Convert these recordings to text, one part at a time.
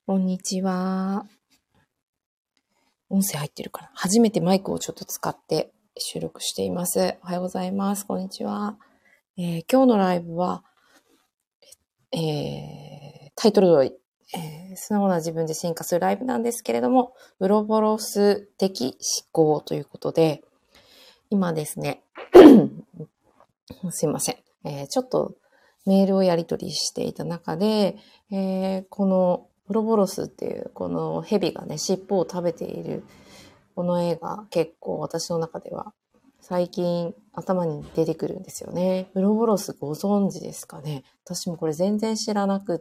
こんにちは。音声入ってるかな？初めてマイクをちょっと使って収録しています。おはようございます。こんにちは。今日のライブは、タイトル通り、素直な自分で進化するライブなんですけれども、ウロボロス的思考ということで、今ですね、すいません。ちょっとメールをやり取りしていた中で、このウロボロスっていうこの蛇がね、尻尾を食べているこの絵が結構私の中では最近頭に出てくるんですよね。ウロボロスご存知ですかね？私もこれ全然知らなくって、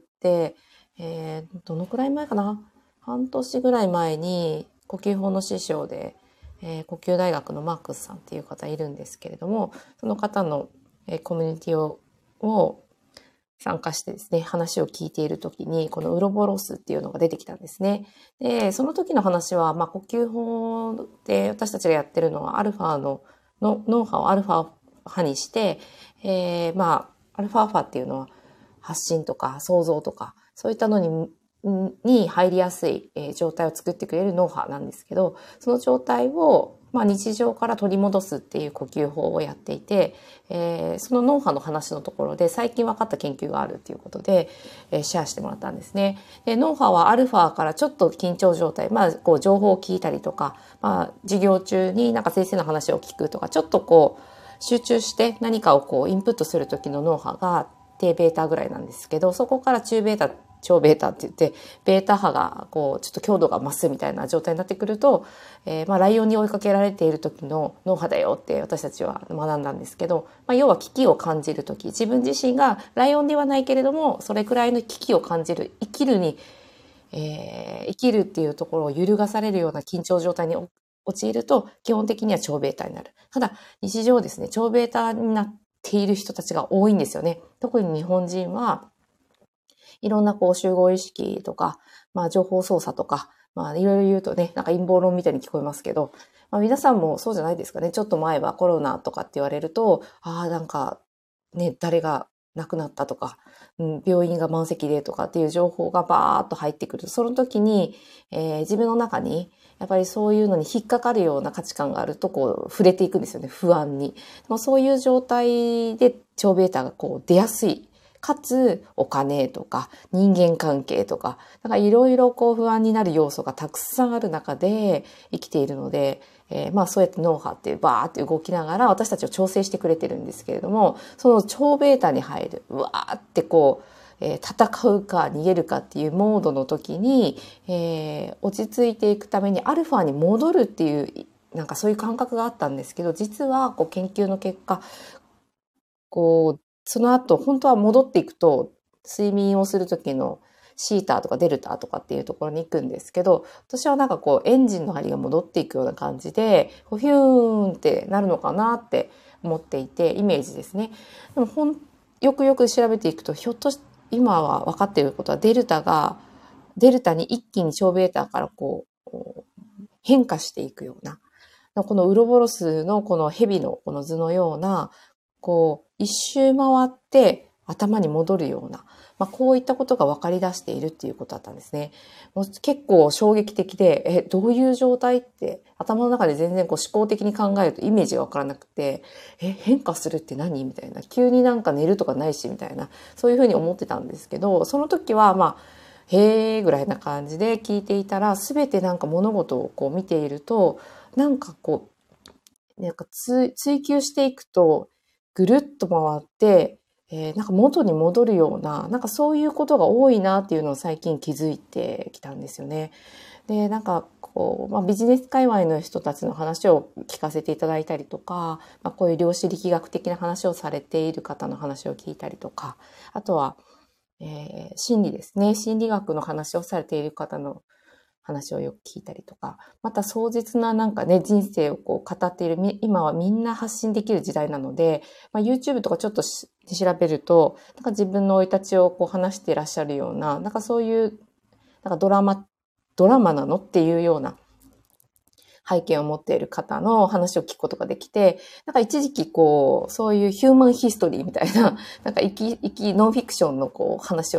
どのくらい前かな？半年ぐらい前に呼吸法の師匠で、呼吸大学のマークスさんっていう方いるんですけれども、その方のコミュニティを参加してですね、話を聞いているときに、このウロボロスっていうのが出てきたんですね。で、その時の話は、呼吸法で私たちがやってるのは、アルファの脳波をアルファ波にして、アルファ波っていうのは発信とか想像とか、そういったのに入りやすい状態を作ってくれる脳波なんですけど、その状態を日常から取り戻すっていう呼吸法をやっていて、その脳波の話のところで最近分かった研究があるっていうことで、シェアしてもらったんですね。で、脳波はアルファからちょっと緊張状態、こう情報を聞いたりとか、授業中になんか先生の話を聞くとか、ちょっとこう集中して何かをこうインプットする時の脳波が低ベータぐらいなんですけど、そこから中ベータ、超ベータって言って、ベータ波がこうちょっと強度が増すみたいな状態になってくると、ライオンに追いかけられている時の脳波だよって私たちは学んだんですけど、要は危機を感じる時、自分自身がライオンではないけれどもそれくらいの危機を感じる、生きるっていうところを揺るがされるような緊張状態に陥ると、基本的には超ベータになる。ただ日常ですね、超ベータになっている人たちが多いんですよね。特に日本人はいろんなこう集合意識とか、情報操作とか、いろいろ言うとね、なんか陰謀論みたいに聞こえますけど、皆さんもそうじゃないですかね。ちょっと前はコロナとかって言われると、なんかね、誰が亡くなったとか、病院が満席でとかっていう情報がバーッと入ってくる。その時に、自分の中にやっぱりそういうのに引っかかるような価値観があるとこう触れていくんですよね、不安に。そういう状態で超ベータがこう出やすい。かつお金とか人間関係とか、なんかいろいろこう不安になる要素がたくさんある中で生きているので、そうやって脳波ってバーって動きながら私たちを調整してくれてるんですけれども、その超ベータに入る、うわーってこう、戦うか逃げるかっていうモードの時に、落ち着いていくためにアルファに戻るっていう、なんかそういう感覚があったんですけど、実はこう研究の結果、こうその後本当は戻っていくと睡眠をする時のシータとかデルタとかっていうところに行くんですけど、私はなんかこうエンジンの針が戻っていくような感じでヒューンってなるのかなって思っていて、イメージですね。でもよくよく調べていくと、ひょっとして今は分かっていることは、デルタに一気に超ベータからこう変化していくような、このウロボロスのこの蛇のこの図のような、こう一周回って頭に戻るような、こういったことが分かり出しているっていうことだったんですね。もう結構衝撃的で、どういう状態って頭の中で全然こう思考的に考えるとイメージが分からなくて、変化するって何みたいな、急になんか寝るとかないしみたいな、そういうふうに思ってたんですけど、その時はへーぐらいな感じで聞いていたら、全てなんか物事をこう見ていると、なんかこう、なんか追求していくと、ぐるっと回って、なんか元に戻るような、なんかそういうことが多いなっていうのを最近気づいてきたんですよね。で、なんかこう、ビジネス界隈の人たちの話を聞かせていただいたりとか、こういう量子力学的な話をされている方の話を聞いたりとか、あとは、心理ですね。心理学の話をされている方の話をよく聞いたりとか、また壮絶ななんかね、人生をこう語っている、今はみんな発信できる時代なので、YouTube とかちょっと調べると、なんか自分の生い立ちをこう話していらっしゃるような、なんかそういう、なんかドラマなのっていうような背景を持っている方の話を聞くことができて、なんか一時期こう、そういうヒューマンヒストリーみたいな、なんかノンフィクションのこう話を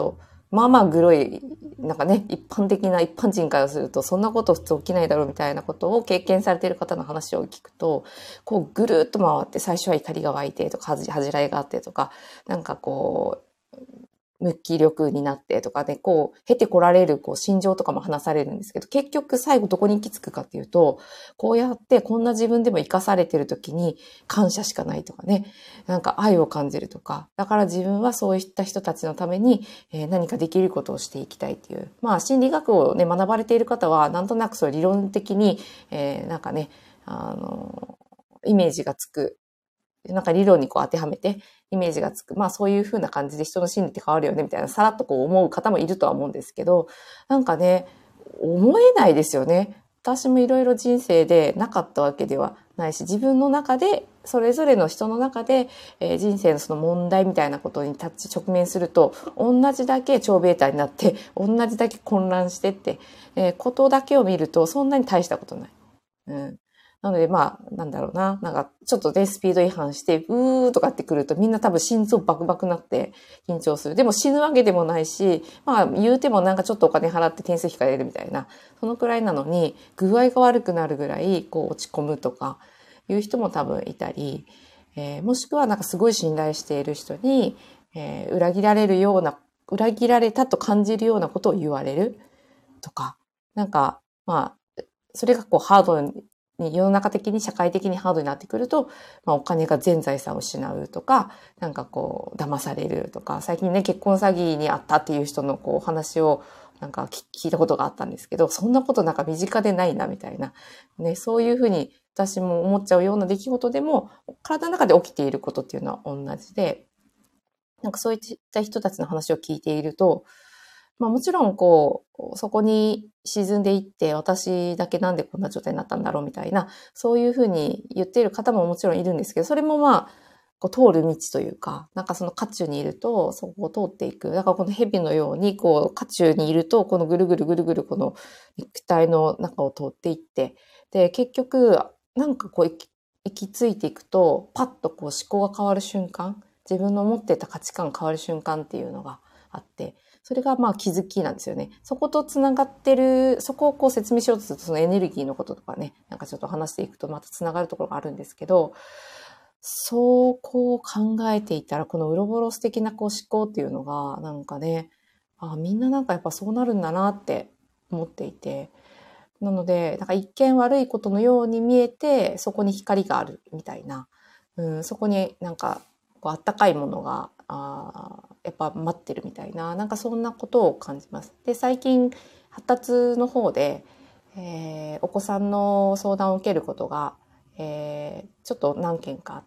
まあまあグロい、なんかね、一般的な一般人からすると、そんなこと普通起きないだろうみたいなことを経験されている方の話を聞くと、こうぐるっと回って最初は怒りが湧いてとか、恥じらいがあってとか、なんかこう、無気力になってとかで、こう、経てこられる、こう、心情とかも話されるんですけど、結局最後どこに行き着くかっていうと、こうやってこんな自分でも生かされてる時に感謝しかないとかね、なんか愛を感じるとか、だから自分はそういった人たちのために、何かできることをしていきたいっていう。まあ、心理学をね、学ばれている方は、なんとなくそう理論的に、なんかね、イメージがつくなんか理論にこう当てはめてイメージがつく。まあそういう風な感じで人の心理って変わるよねみたいなさらっとこう思う方もいるとは思うんですけど、なんかね、思えないですよね。私もいろいろ人生でなかったわけではないし、自分の中で、それぞれの人の中で、人生のその問題みたいなことに直面すると、同じだけ超ベータになって、同じだけ混乱してって、ことだけを見るとそんなに大したことない。うん。なので、まあ、なんだろうな。なんか、ちょっとね、スピード違反して、うーとかってくると、みんな多分心臓バクバクなって緊張する。でも死ぬわけでもないし、まあ、言うてもなんかちょっとお金払って点数引かれるみたいな、そのくらいなのに、具合が悪くなるぐらい、こう、落ち込むとか、いう人も多分いたり、もしくはなんかすごい信頼している人に、裏切られるような、裏切られたと感じるようなことを言われるとか、なんか、まあ、それがこうハードに、世の中的に社会的にハードになってくると、まあお金が全財産を失うとか、なんかこう騙されるとか、最近ね結婚詐欺にあったっていう人のこうお話をなんか聞いたことがあったんですけど、そんなことなんか身近でないなみたいな。ね、そういうふうに私も思っちゃうような出来事でも、体の中で起きていることっていうのは同じで、なんかそういった人たちの話を聞いていると、まあもちろんこう、そこに沈んでいって私だけなんでこんな状態になったんだろうみたいな、そういうふうに言っている方ももちろんいるんですけど、それもまあ、こう通る道というか、なんかその渦中にいると、そこを通っていく。だからこの蛇のように、こう、渦中にいると、このぐるぐるぐるぐるこの肉体の中を通っていって、で、結局、なんかこう行き着いていくと、パッとこう思考が変わる瞬間、自分の持ってた価値観変わる瞬間っていうのがあって、それがまあ気づきなんですよね。そことつながってる、そこをこう説明しようとすると、そのエネルギーのこととかね、なんかちょっと話していくとまたつながるところがあるんですけど、そうこう考えていたら、このウロボロス的なこう思考っていうのが、なんかね、みんななんかやっぱそうなるんだなって思っていて、なので、なんか一見悪いことのように見えて、そこに光があるみたいな、そこになんかこうあったかいものが、やっぱ待ってるみたいな、なんかそんなことを感じます。で、最近発達の方で、お子さんの相談を受けることが、ちょっと何件かあって、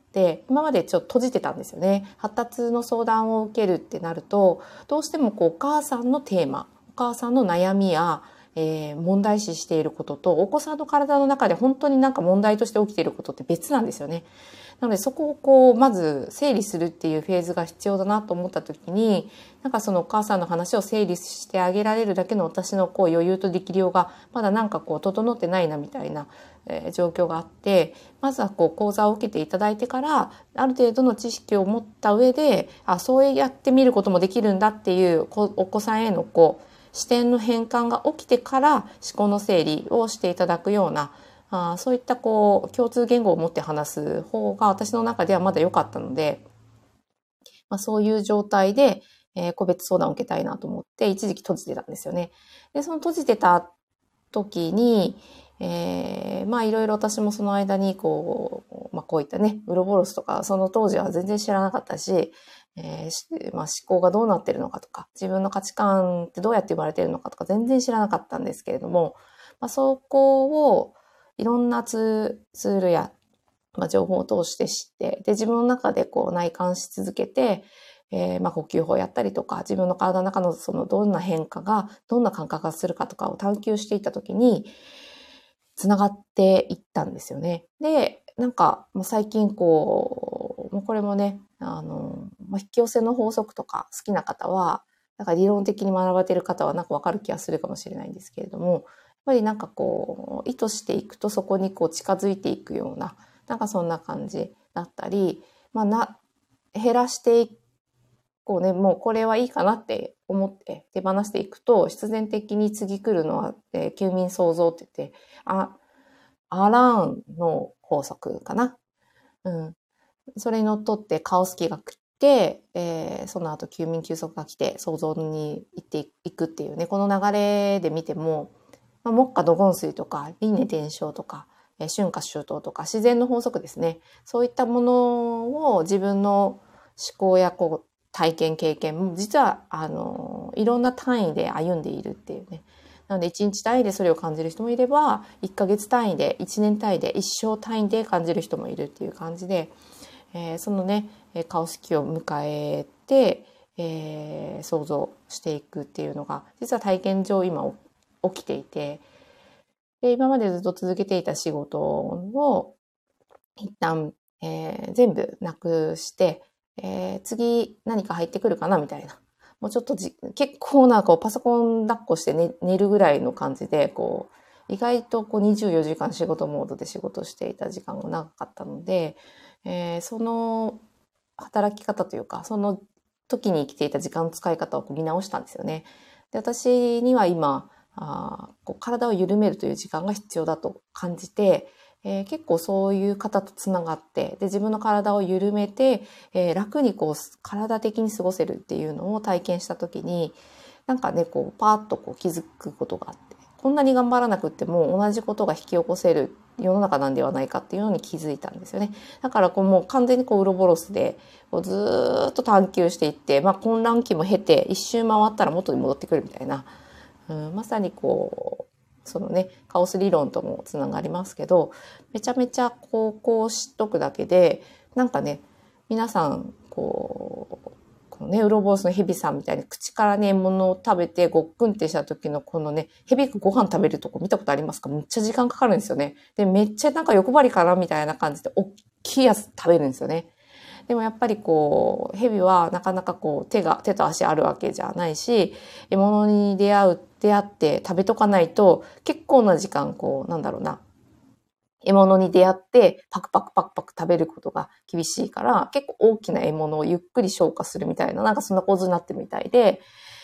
今までちょっと閉じてたんですよね。発達の相談を受けるってなると、どうしてもこうお母さんのテーマ、お母さんの悩みや、問題視していることと、お子さんの体の中で本当になんか問題として起きていることって別なんですよね。なのでそこをこう、まず整理するっていうフェーズが必要だなと思った時に、なんかそのお母さんの話を整理してあげられるだけの私のこう余裕と力量がまだなんかこう整ってないなみたいな、状況があって、まずはこう講座を受けていただいてから、ある程度の知識を持った上で、そうやってみることもできるんだっていうお子さんへのこう、視点の変換が起きてから思考の整理をしていただくような、そういったこう共通言語を持って話す方が私の中ではまだ良かったので、そういう状態で、個別相談を受けたいなと思って一時期閉じてたんですよね。で、その閉じてた時に、いろいろ私もその間にこう、こういったね、ウロボロスとかその当時は全然知らなかったし、思考がどうなってるのかとか、自分の価値観ってどうやって生まれてるのかとか全然知らなかったんですけれども、そこをいろんなツールや、情報を通して知って、で、自分の中でこう内観し続けて、呼吸法やったりとか、自分の体の中のそのどんな変化が、どんな感覚がするかとかを探求していったときに、つながっていったんですよね。で、なんか、もう最近こう、もうこれもね、引き寄せの法則とか好きな方は、なんか理論的に学ばれている方はなんかわかる気がするかもしれないんですけれども、やっぱりなんかこう、意図していくとそこにこう近づいていくような、なんかそんな感じだったり、減らしていこうね、もうこれはいいかなって思って手放していくと、必然的に次来るのは、休眠創造って言って、アラーンの法則かな。うん。それにのっとってカオス期が来て、その後休眠休息が来て創造に行っていくっていうね、この流れで見ても、木下土金水とか輪廻転生とか、春夏秋冬とか自然の法則ですね。そういったものを自分の思考やこう体験経験も実はいろんな単位で歩んでいるっていうね。なので1日単位でそれを感じる人もいれば、1ヶ月単位で、1年単位で、一生単位で感じる人もいるっていう感じで、そのね、カオス期を迎えて、想像していくっていうのが、実は体験上今起きていて、で、今までずっと続けていた仕事を一旦、全部なくして、次何か入ってくるかなみたいな。もうちょっと結構なこうパソコン抱っこして、寝るぐらいの感じで、こう、意外とこう24時間仕事モードで仕事していた時間が長かったので、その働き方というか、その時に生きていた時間の使い方を見直したんですよね。で、私には今、こう体を緩めるという時間が必要だと感じて、結構そういう方とつながって、で、自分の体を緩めて、楽にこう、体的に過ごせるっていうのを体験した時に、なんかね、こう、パーッとこう気づくことがあって、こんなに頑張らなくっても同じことが引き起こせる世の中なんではないかっていうのに気づいたんですよね。だからこうもう完全にこうウロボロスでこうずーっと探求していって、混乱期も経て一周回ったら元に戻ってくるみたいな、まさにこう、そのね、カオス理論ともつながりますけど、めちゃめちゃこう知っとくだけで、なんかね、皆さん、このね、ウロボロスのヘビさんみたいに口からね、獲物を食べてごっくんってした時のこのね、ヘビがご飯食べるとこ見たことありますか？めっちゃ時間かかるんですよね。で、めっちゃなんか欲張りかなみたいな感じで、おっきいやつ食べるんですよね。でもやっぱりこう、蛇はなかなかこう、手と足あるわけじゃないし、獲物に出会って食べとかないと、結構な時間こう、なんだろうな、獲物に出会ってパクパクパクパク食べることが厳しいから、結構大きな獲物をゆっくり消化するみたいな、なんかそんな構図になってるみたいで、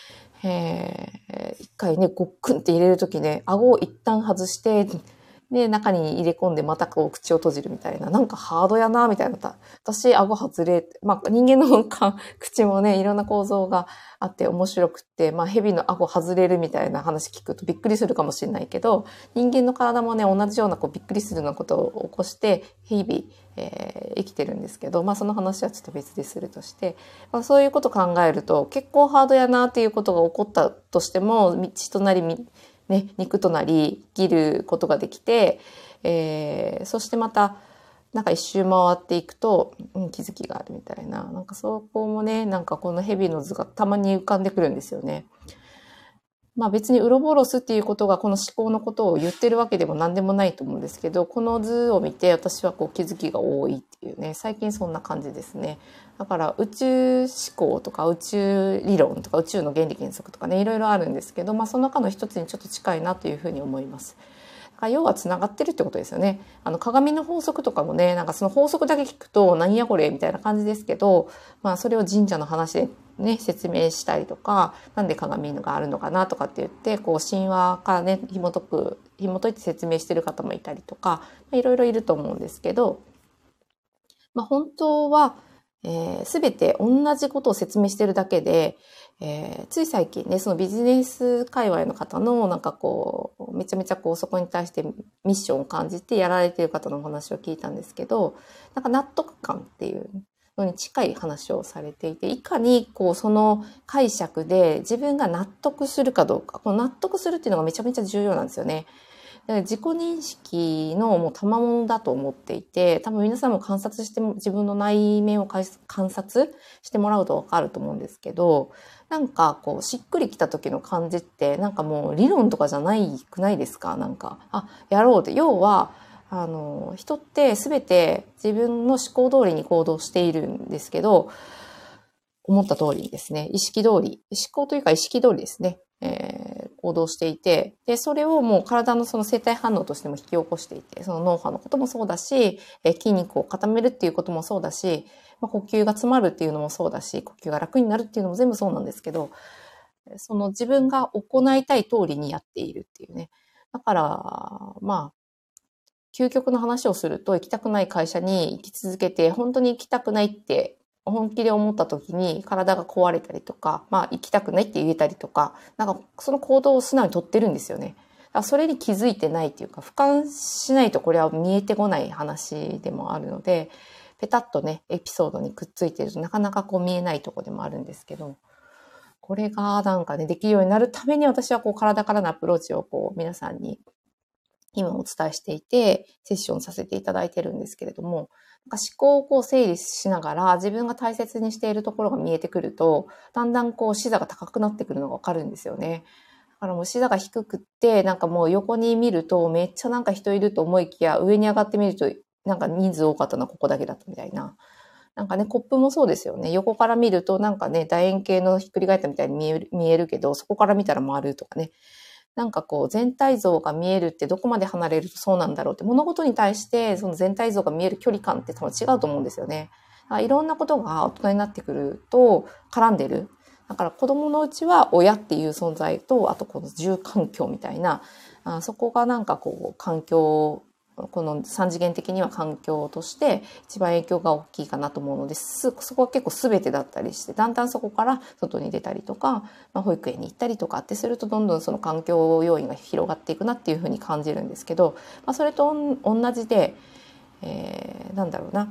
一回ね、ごっくんって入れるときね、顎を一旦外して、で、中に入れ込んでまたこう口を閉じるみたいな、なんかハードやな、みたいな。私、顎外れ、人間の口もね、いろんな構造があって面白くって、蛇の顎外れるみたいな話聞くとびっくりするかもしれないけど、人間の体もね、同じようなこうびっくりするようなことを起こして、日々、生きてるんですけど、その話はちょっと別でするとして、そういうことを考えると、結構ハードやなっていうことが起こったとしても、血となり、ね、肉となり生きることができて、そしてまたなんか一周回っていくと、気づきがあるみたいな、なんかそこもね、なんかこの蛇の図がたまに浮かんでくるんですよね。別にウロボロスっていうことがこの思考のことを言ってるわけでも何でもないと思うんですけど、この図を見て私はこう気づきが多いっていうね、最近そんな感じですね。だから宇宙思考とか宇宙理論とか宇宙の原理原則とかね、いろいろあるんですけど、その中の一つにちょっと近いなというふうに思います。要はつながってるってことですよね。鏡の法則とかもね、なんかその法則だけ聞くと何やこれみたいな感じですけど、それを神社の話でね、説明したりとか、なんで鏡があるのかなとかって言って、こう神話からね、紐解いて説明してる方もいたりとか、いろいろいると思うんですけど、本当は、すべて同じことを説明してるだけで、つい最近ね、そのビジネス界隈の方のなんかこう、めちゃめちゃこうそこに対してミッションを感じてやられている方のお話を聞いたんですけど、なんか納得感っていうのに近い話をされていて、いかにこうその解釈で自分が納得するかどうか、この納得するっていうのがめちゃめちゃ重要なんですよね。自己認識のもう賜物だと思っていて、多分皆さんも観察しても、自分の内面を観察してもらうとわかると思うんですけど、なんかこう、しっくりきた時の感じって、なんかもう理論とかじゃないくないですか？なんか、やろうって。要は、人ってすべて自分の思考通りに行動しているんですけど、思った通りにですね、意識通り、思考というか意識通りですね、行動していて、で、それをもう体のその生体反応としても引き起こしていて、その脳波のこともそうだし、筋肉を固めるっていうこともそうだし、 まあ、呼吸が詰まるっていうのもそうだし、呼吸が楽になるっていうのも全部そうなんですけど、その自分が行いたい通りにやっているっていうね。だから、まあ、究極の話をすると、行きたくない会社に行き続けて、本当に行きたくないって本気で思った時に体が壊れたりとか、まあ行きたくないって言えたりとか、なんかその行動を素直に取ってるんですよね。だからそれに気づいてないっていうか、俯瞰しないとこれは見えてこない話でもあるので、ペタッとね、エピソードにくっついてるとなかなかこう見えないとこでもあるんですけど、これがなんかね、できるようになるために私はこう体からのアプローチをこう皆さんに今お伝えしていて、セッションさせていただいてるんですけれども、なんか思考をこう整理しながら自分が大切にしているところが見えてくると、だんだんこう視座が高くなってくるのがわかるんですよね。だからもう視座が低くって、なんかもう横に見るとめっちゃなんか人いると思いきや、上に上がってみるとなんか人数多かったのはここだけだったみたいな。なんかね、コップもそうですよね。横から見るとなんかね、楕円形のひっくり返ったみたいに見えるけど、そこから見たら丸とかね。なんかこう全体像が見えるってどこまで離れるとそうなんだろうって物事に対してその全体像が見える距離感って多分違うと思うんですよね。いろんなことが大人になってくると絡んでる。だから子供のうちは親っていう存在と、あとこの住環境みたいな、そこがなんかこう環境、この三次元的には環境として一番影響が大きいかなと思うので、そこは結構全てだったりして、だんだんそこから外に出たりとか、まあ、保育園に行ったりとかってするとどんどんその環境要因が広がっていくなっていうふうに感じるんですけど、まあ、それと同じで、なんだろうな、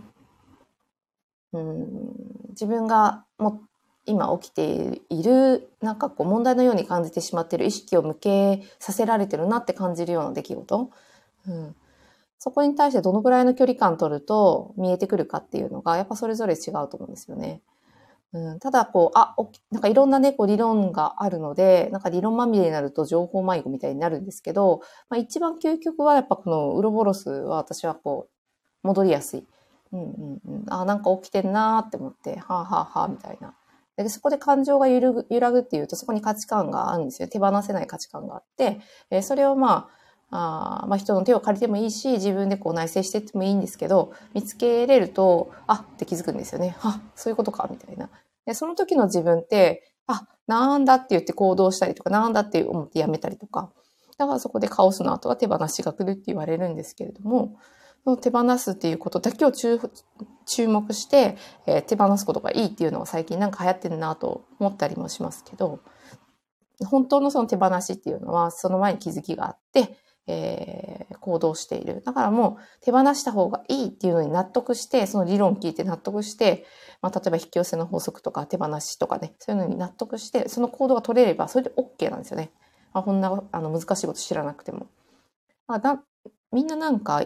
自分が今起きているなんかこう問題のように感じてしまっている意識を向けさせられてるなって感じるような出来事、そこに対してどのぐらいの距離感取ると見えてくるかっていうのがやっぱそれぞれ違うと思うんですよね。ただこう、なんかいろんなね、こう理論があるので、なんか理論まみれになると情報迷子みたいになるんですけど、まあ一番究極はやっぱこのウロボロスは私はこう、戻りやすい。なんか起きてんなーって思って、はあはあはあみたいな。で、そこで感情が揺らぐっていうと、そこに価値観があるんですよ。手放せない価値観があって、それをまあ人の手を借りてもいいし、自分でこう内省していってもいいんですけど、見つけれると、って気づくんですよね。そういうことか、みたいな。で、その時の自分って、なんだって言って行動したりとか、なんだって思ってやめたりとか。だからそこでカオスの後は手放しが来るって言われるんですけれども、その手放すっていうことだけを注目して、手放すことがいいっていうのが最近なんか流行ってるなと思ったりもしますけど、本当のその手放しっていうのはその前に気づきがあって、行動している。だからもう手放した方がいいっていうのに納得して、その理論を聞いて納得して、例えば引き寄せの法則とか手放しとかね、そういうのに納得して、その行動が取れればそれで OK なんですよね。こんな難しいこと知らなくても。みんななんか、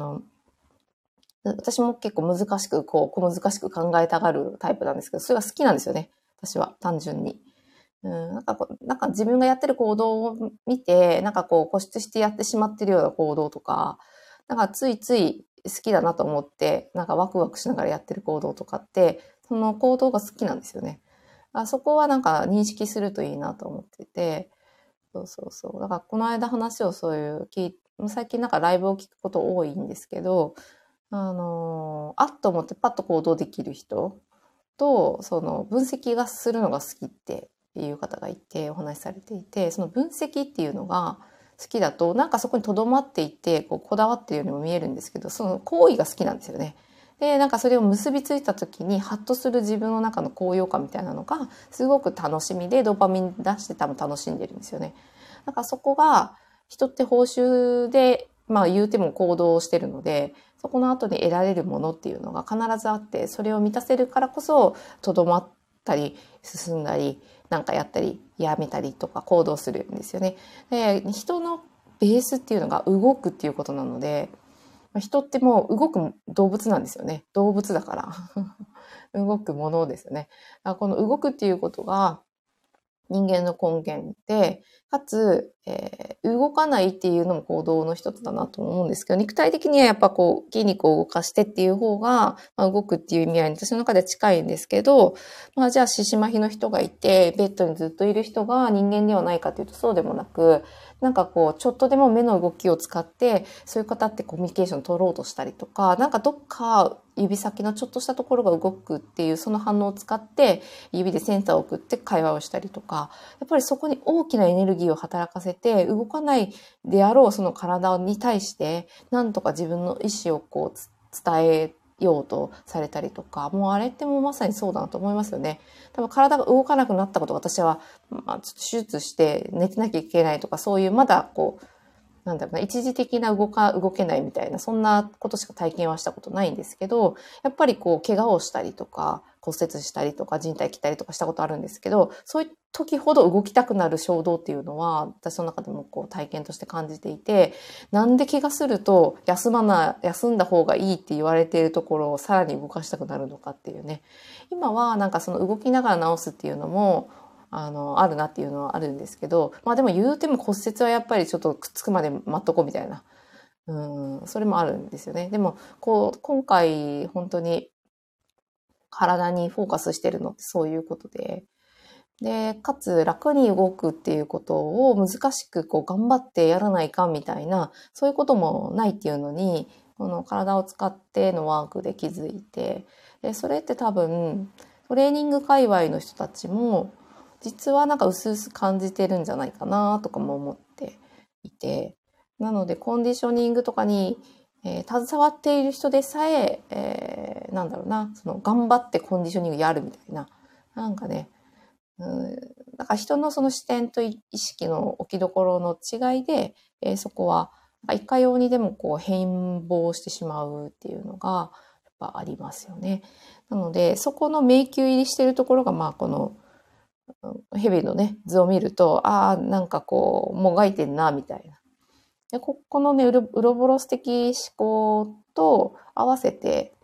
私も結構難しく、難しく考えたがるタイプなんですけど、それが好きなんですよね。私は、単純に。なんか自分がやってる行動を見て、なんかこう固執してやってしまってるような行動とか、なんかついつい好きだなと思って、なんかワクワクしながらやってる行動とかって、その行動が好きなんですよね。そこはなんか認識するといいなと思ってて、そうそうそう。だからこの間話をそういう最近なんかライブを聞くこと多いんですけど、っと思ってパッと行動できる人と、その分析がするのが好きっていう方がいて、お話しされていて、その分析っていうのが好きだと、なんかそこに留まっていて、こだわっているようにも見えるんですけど、その行為が好きなんですよね。で、なんかそれを結びついた時に、ハッとする自分の中の高揚感みたいなのが、すごく楽しみで、ドーパミン出して多分楽しんでるんですよね。だからそこが、人って報酬で、言うても行動をしてるので、そこの後に得られるものっていうのが必ずあって、それを満たせるからこそ、とどまったり、進んだり、なんかやったり、やめたりとか行動するんですよね。で、人のベースっていうのが動くっていうことなので、人ってもう動く動物なんですよね。動物だから。動くものですよね。この動くっていうことが、人間の根源で、かつ、動かないっていうのも行動の一つだなと思うんですけど、肉体的にはやっぱ筋肉を動かしてっていう方が、動くっていう意味合いに私の中では近いんですけど、じゃあ、獅子麻痺の人がいて、ベッドにずっといる人が人間ではないかというとそうでもなく、なんかちょっとでも目の動きを使って、そういう方ってコミュニケーション取ろうとしたりとか、なんかどっか指先のちょっとしたところが動くっていうその反応を使って指でセンサーを送って会話をしたりとか、やっぱりそこに大きなエネルギーを働かせて動かないであろうその体に対してなんとか自分の意思をこう伝えようとされたりとか、もうあれってもうまさにそうだなと思いますよね。多分体が動かなくなったこと、私は、ちょっと手術して寝てなきゃいけないとか、そういうまだこう、なんだろうな、一時的な動けないみたいな、そんなことしか体験はしたことないんですけど、やっぱりこう、怪我をしたりとか、骨折したりとか、靭帯切ったりとかしたことあるんですけど、そういう時ほど動きたくなる衝動っていうのは、私の中でもこう、体験として感じていて、なんで怪我すると、休んだ方がいいって言われているところをさらに動かしたくなるのかっていうね。今はなんかその動きながら治すっていうのも、あるなっていうのはあるんですけど、まあでも言うても骨折はやっぱりちょっとくっつくまで待っとこうみたいな。それもあるんですよね。でも、こう、今回本当に体にフォーカスしてるのってそういうことで、で、かつ楽に動くっていうことを難しくこう頑張ってやらないかんみたいな、そういうこともないっていうのに、この体を使ってのワークで気づいて、で、それって多分、トレーニング界隈の人たちも、実はなんか薄々感じてるんじゃないかなとかも思っていて、なのでコンディショニングとかに、携わっている人でさえなんだろうな、その頑張ってコンディショニングやるみたいな、なんかね、だから人のその視点と意識の置きどころの違いで、そこはいかようにでもこう変貌してしまうっていうのがやっぱありますよね。なので、そこの迷宮入りしてるところが、まあこの蛇のね、図を見ると、ああ、なんかこう、もがいてんな、みたいな。で、このね、ウロボロス的思考と合わせて、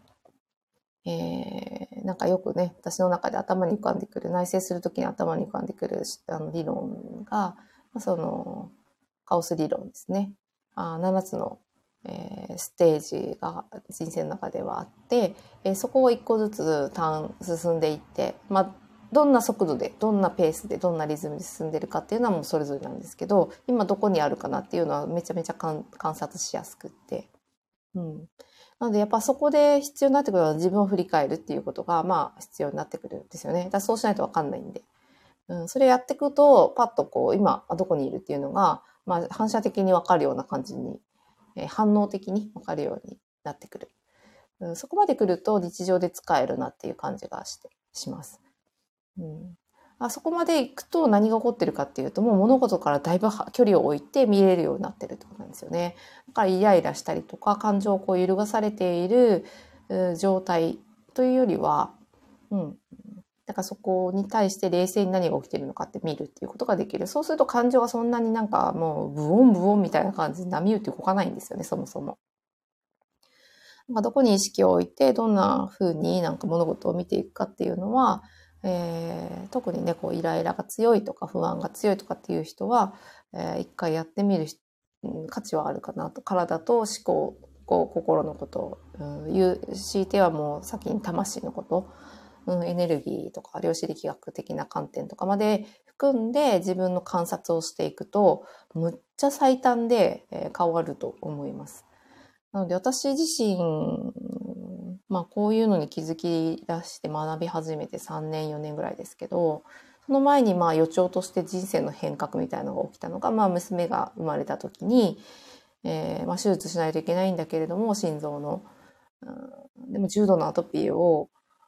なんかよくね、私の中で頭に浮かんでくる、内省するときに頭に浮かんでくる理論が、その、カオス理論ですね。7つの、ステージが人生の中ではあって、そこを一個ずつ進んでいって、まあ、どんな速度で、どんなペースで、どんなリズムで進んでるかっていうのはもうそれぞれなんですけど、今どこにあるかなっていうのはめちゃめちゃ観察しやすくって。うん。なのでやっぱそこで必要になってくるのは自分を振り返るっていうことが、まあ必要になってくるんですよね。だからそうしないとわかんないんで。それやっていくと、パッとこう、今どこにいるっていうのが、まあ反射的にわかるような感じに、反応的にわかるようになってくる。そこまで来ると日常で使えるなっていう感じがします。そこまで行くと何が起こってるかっていうと、もう物事からだいぶ距離を置いて見れるようになってるってことなんですよね。だからイライラしたりとか、感情をこう揺るがされている状態というよりは、だからそこに対して冷静に何が起きてるのかって見るっていうことができる。そうすると感情がそんなになんかもうブオンブオンみたいな感じで波打って動かないんですよね、そもそも。どこに意識を置いて、どんな風になんか物事を見ていくかっていうのは、特にね、こうイライラが強いとか不安が強いとかっていう人は、一回やってみる価値はあるかなと。体と思考、こう心のこと、強いてはもう先に魂のこと、エネルギーとか量子力学的な観点とかまで含んで自分の観察をしていくと、むっちゃ最短で変わると思います。なので私自身、まあこういうのに気づき出して学び始めて3年4年ぐらいですけど、その前にまあ予兆として人生の変革みたいなのが起きたのが、まあ娘が生まれた時に、まあ手術しないといけないんだけれども、心臓の、でも重度のアトピーを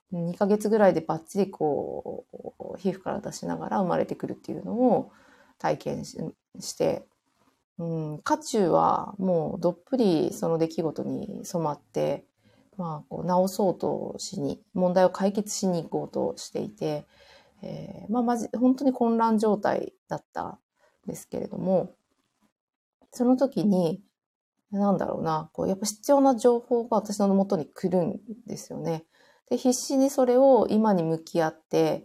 2ヶ月ぐらいでバッチリこう、皮膚から出しながら生まれてくるっていうのを体験して、渦中はもうどっぷりその出来事に染まって、まあ、こう直そうと問題を解決しに行こうとしていて、まあ、本当に混乱状態だったんですけれども、その時に、なんだろうな、こう、やっぱ必要な情報が私の元に来るんですよね。で、必死にそれを今に向き合って、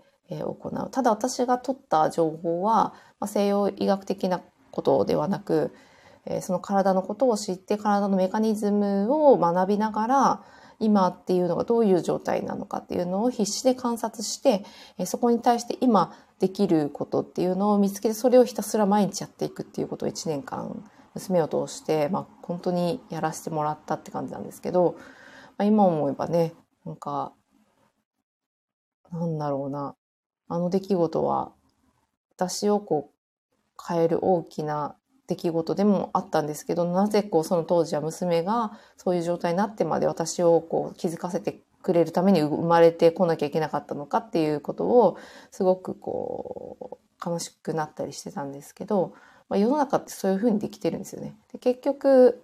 行う。ただ私が取った情報は、まあ、西洋医学的なことではなく、その体のことを知って体のメカニズムを学びながら、今っていうのがどういう状態なのかっていうのを必死で観察して、そこに対して今できることっていうのを見つけて、それをひたすら毎日やっていくっていうことを1年間娘を通して、まあ、本当にやらせてもらったって感じなんですけど、 今思えばね、なんか、なんだろうな。あの出来事は、私をこう、変える大きな出来事でもあったんですけど、なぜこう、その当時は娘がそういう状態になってまで私をこう、気づかせてくれるために生まれてこなきゃいけなかったのかっていうことを、すごくこう、悲しくなったりしてたんですけど、世の中ってそういうふうにできてるんですよね。で、結局、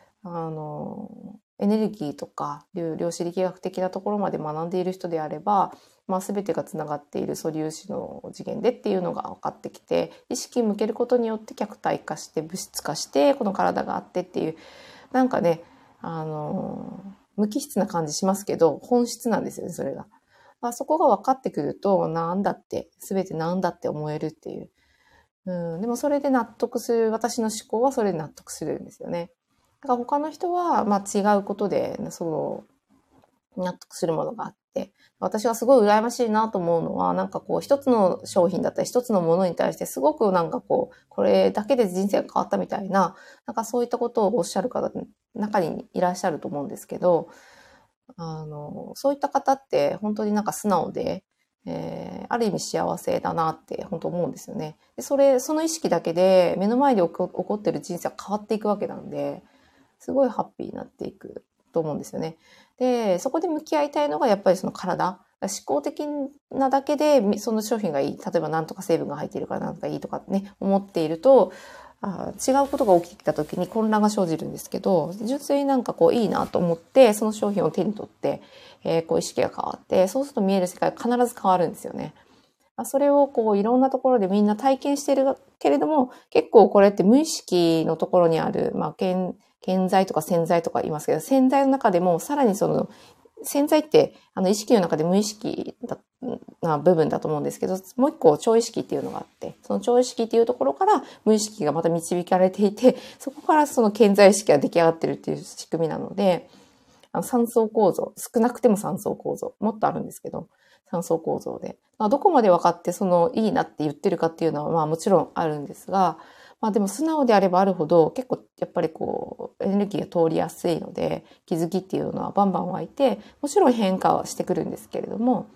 エネルギーとか量子力学的なところまで学んでいる人であれば、全てがつながっている素粒子の次元でっていうのが分かってきて、意識向けることによって客体化して物質化してこの体があってっていう、なんかね、無機質な感じしますけど本質なんですよね、それが。そこが分かってくると、なんだって、全てなんだって思えるっていう。でもそれで納得する、私の思考はそれで納得するんですよね。だから他の人は、違うことで、納得するものがあって、私はすごい羨ましいなと思うのは、なんかこう、一つの商品だったり、一つのものに対してすごくなんかこう、これだけで人生が変わったみたいな、なんかそういったことをおっしゃる方、中にいらっしゃると思うんですけど、そういった方って本当になんか素直で、ある意味幸せだなって本当思うんですよね。で、その意識だけで目の前で起こってる人生は変わっていくわけなんで、すごいハッピーになっていくと思うんですよね。で、そこで向き合いたいのがやっぱりその体。思考的なだけでその商品がいい。例えば何とか成分が入っているから何とかいいとかね、思っていると、違うことが起きてきた時に混乱が生じるんですけど、純粋になんかこういいなと思って、その商品を手に取って、こう意識が変わって、そうすると見える世界が必ず変わるんですよね。それをこういろんなところでみんな体験してるけれども、結構これって無意識のところにある、顕在とか潜在とか言いますけど、潜在の中でもさらにその、潜在って意識の中で無意識な部分だと思うんですけど、もう一個超意識っていうのがあって、その超意識っていうところから無意識がまた導かれていて、そこからその顕在意識が出来上がってるっていう仕組みなので、三層構造、少なくても三層構造、もっとあるんですけど、三層構造で。どこまで分かっていいなって言ってるかっていうのはもちろんあるんですが、でも素直であればあるほど結構やっぱりこうエネルギーが通りやすいので、気づきっていうのはバンバン湧いて、もちろん変化はしてくるんですけれども、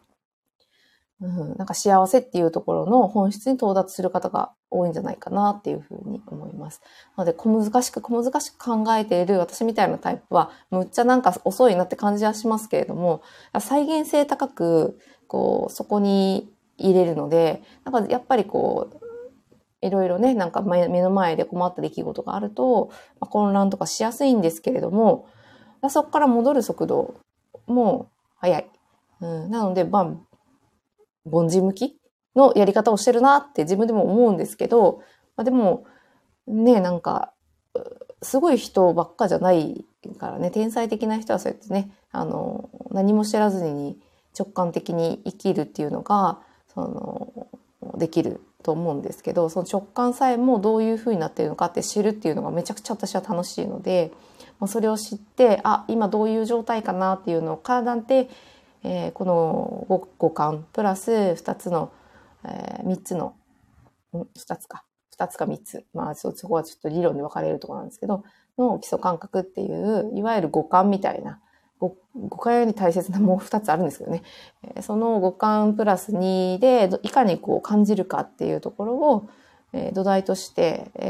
なんか幸せっていうところの本質に到達する方が多いんじゃないかなっていうふうに思います。なので、小難しく考えている私みたいなタイプは、むっちゃなんか遅いなって感じはしますけれども、再現性高く、こう、そこに入れるので、なんかやっぱりこう、いろいろね、なんか目の前で困った出来事があると、混乱とかしやすいんですけれども、そこから戻る速度も速い。なので、凡人向きのやり方をしてるなって自分でも思うんですけど、でも、ね、なんか、すごい人ばっかじゃないからね、天才的な人はそうやってね、何も知らずに直感的に生きるっていうのが、できると思うんですけど、その直感さえもどういう風になっているのかって知るっていうのがめちゃくちゃ私は楽しいので、それを知って、今どういう状態かなっていうのを体でこの五感プラス2つの、3つの、2つか。2つか3つ。そこはちょっと理論で分かれるところなんですけど、の基礎感覚っていう、いわゆる五感みたいな、五感より大切なもう2つあるんですけどね。その五感プラス2で、いかにこう感じるかっていうところを、土台として、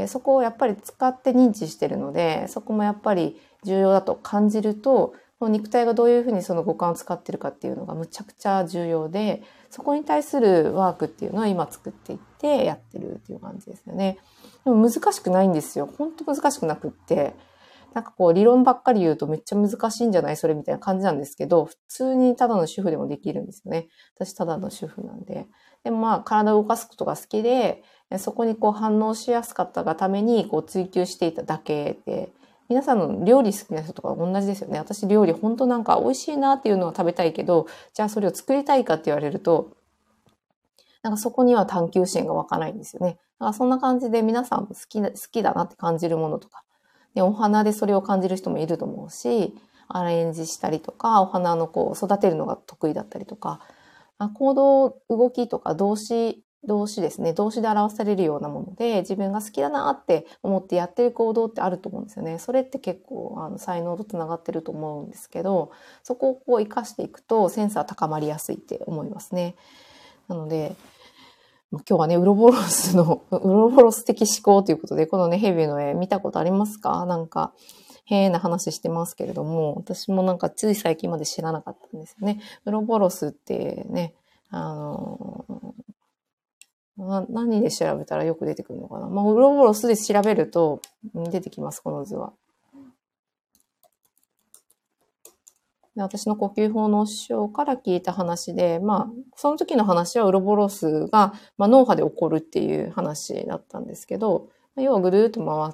そこをやっぱり使って認知してるので、そこもやっぱり重要だと感じると、肉体がどういうふうにその五感を使ってるかっていうのがむちゃくちゃ重要で、そこに対するワークっていうのを今作っていってやってるっていう感じですよね。でも難しくないんですよ。本当難しくなくって。なんかこう理論ばっかり言うとめっちゃ難しいんじゃないそれみたいな感じなんですけど、普通にただの主婦でもできるんですよね。私ただの主婦なんで。でも体を動かすことが好きで、そこにこう反応しやすかったがためにこう追求していただけで、皆さんの料理好きな人とか同じですよね。私料理本当なんか美味しいなっていうのは食べたいけど、じゃあそれを作りたいかって言われると、なんかそこには探求心が湧かないんですよね。だからそんな感じで皆さん好きだなって感じるものとか。で、お花でそれを感じる人もいると思うし、アレンジしたりとか、お花のこう育てるのが得意だったりとか、動きとか動詞動詞ですね。動詞で表されるようなもので、自分が好きだなって思ってやってる行動ってあると思うんですよね。それって結構、才能とつながってると思うんですけど、そこをこう活かしていくと、センサー高まりやすいって思いますね。なので、今日はね、ウロボロスの、ウロボロス的思考ということで、このね、ヘビの絵見たことありますか？なんか、変な話してますけれども、私もなんかつい最近まで知らなかったんですよね。ウロボロスってね、何で調べたらよく出てくるのかな。まあ、ウロボロスで調べると出てきます、この図は。で、私の呼吸法の師匠から聞いた話で、まあ、その時の話はウロボロスが、まあ、脳波で起こるっていう話だったんですけど、要はぐるーっと回って、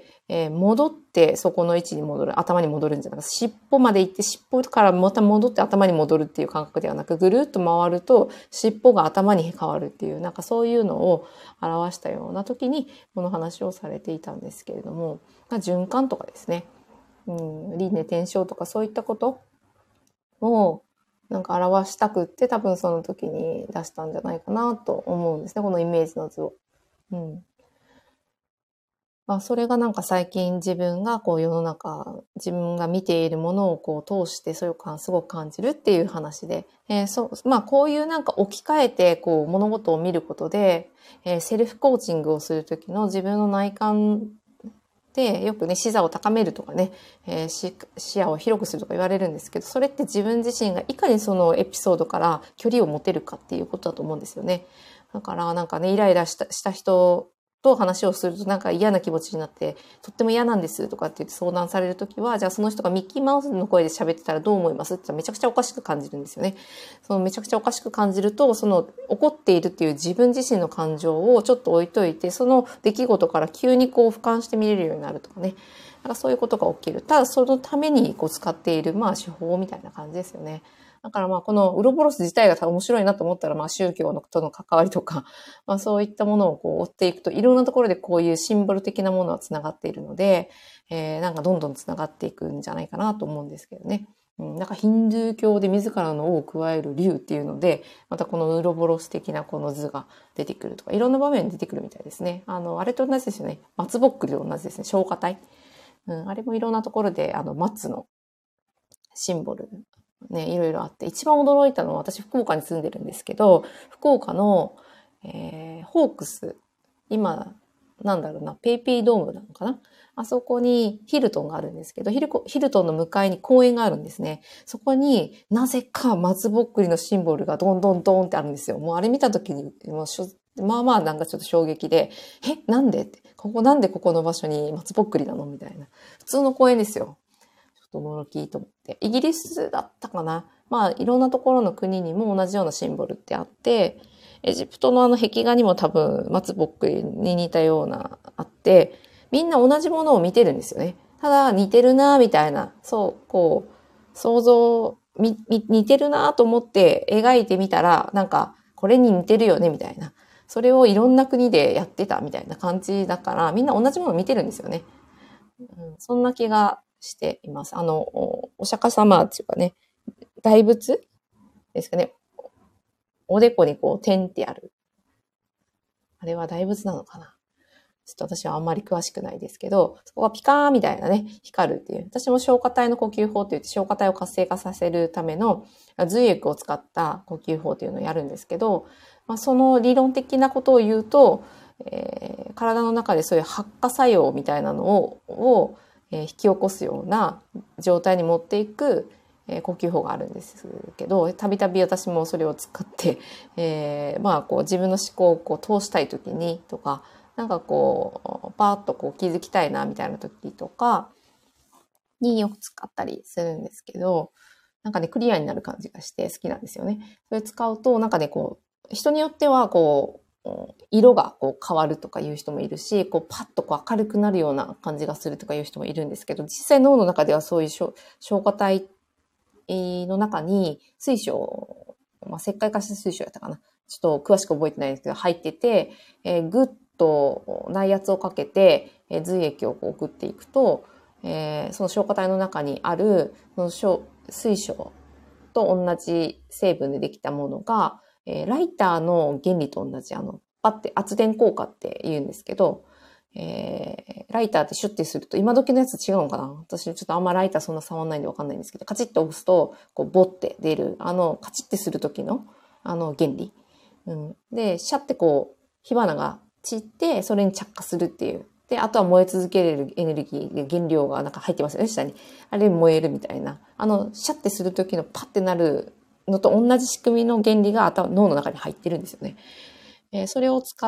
戻ってそこの位置に戻る、頭に戻るんじゃなくて、尻尾まで行って尻尾からまた戻って頭に戻るっていう感覚ではなく、ぐるーっと回ると尻尾が頭に変わるっていう、なんかそういうのを表したような時にこの話をされていたんですけれども、まあ、循環とかですね、輪廻転生とかそういったことをなんか表したくって多分その時に出したんじゃないかなと思うんですね。このイメージの図を。うん。まあ、それがなんか最近自分がこう世の中、自分が見ているものをこう通してそれをすごく感じるっていう話で、まあこういうなんか置き換えてこう物事を見ることで、セルフコーチングをする時の自分の内観で、よくね、視座を高めるとかね、視野を広くするとか言われるんですけど、それって自分自身がいかにそのエピソードから距離を持てるかっていうことだと思うんですよね。だからなんかね、イライラした人と話をするとなんか嫌な気持ちになって、とっても嫌なんですとかって言って相談されるときは、じゃあその人がミッキーマウスの声で喋ってたらどう思いますって言ったらめちゃくちゃおかしく感じるんですよね。そのめちゃくちゃおかしく感じると、その怒っているっていう自分自身の感情をちょっと置いといて、その出来事から急にこう俯瞰して見れるようになるとかね。なんかそういうことが起きる。ただそのためにこう使っている、まあ手法みたいな感じですよね。だからまあこのウロボロス自体が面白いなと思ったら、まあ宗教のとの関わりとか、まあそういったものをこう追っていくと、いろんなところでこういうシンボル的なものは繋がっているので、なんかどんどん繋がっていくんじゃないかなと思うんですけどね。なんかヒンドゥー教で自らの王を加える竜っていうので、またこのウロボロス的なこの図が出てくるとか、いろんな場面に出てくるみたいですね。あれと同じですよね。松ぼっくりと同じですね。消化体。あれもいろんなところで、松のシンボル、ね、いろいろあって、一番驚いたのは、私福岡に住んでるんですけど、福岡の、ホークス、今、なんだろうな、ペイペイドームなのかな、あそこにヒルトンがあるんですけど、ヒルトンの向かいに公園があるんですね。そこになぜか松ぼっくりのシンボルがどんどんどんってあるんですよ。もうあれ見た時に、まあまあなんかちょっと衝撃で、なんでって、なんでここの場所に松ぼっくりなのみたいな。普通の公園ですよ。ちょっと驚きと思って。イギリスだったかな。まあ、いろんなところの国にも同じようなシンボルってあって、エジプトの壁画にも多分松ぼっくりに似たようなあって、みんな同じものを見てるんですよね。ただ似てるなみたいな、そう、こう、似てるなと思って描いてみたら、なんか、これに似てるよねみたいな。それをいろんな国でやってたみたいな感じだから、みんな同じものを見てるんですよね。そんな気がしています。お釈迦様っていうかね、大仏ですかね。おでこにこう点ってある。あれは大仏なのかな。ちょっと私はあんまり詳しくないですけど、そこがピカーンみたいなね、光るっていう。私も消化体の呼吸法って言って消化体を活性化させるための髄液を使った呼吸法っていうのをやるんですけど、まあ、その理論的なことを言うと、体の中でそういう発火作用みたいなのを引き起こすような状態に持っていく呼吸法があるんですけど、たびたび私もそれを使って、まあこう自分の思考をこう通したい時にとか、なんかこうパーッとこう気づきたいなみたいな時とかによく使ったりするんですけど、なんかねクリアになる感じがして好きなんですよね。それ使うとなんかねこう人によってはこう色がこう変わるとかいう人もいるし、こうパッとこう明るくなるような感じがするとかいう人もいるんですけど、実際脳の中ではそういう消化体の中に水晶、まあ、石灰化した水晶やったかな。ちょっと詳しく覚えてないんですけど、入ってて、ぐっと内圧をかけて、髄液をこう送っていくと、その消化体の中にあるその水晶と同じ成分でできたものが、 ライターの原理と同じ、パッて圧電効果って言うんですけど、ライターってシュッてすると、今時のやつ違うのかな、私ちょっとあんまライターそんな触んないんでわかんないんですけど、カチッと押すと、こう、ボって出る、カチッてする時の、原理。で、シャってこう、火花が散って、それに着火するっていう。で、あとは燃え続けれるエネルギーで原料がなんか入ってますよね、下に。あれ燃えるみたいな。シャってする時のパッてなるのと同じ仕組みの原理が脳の中に入ってるんですよね。それを使って、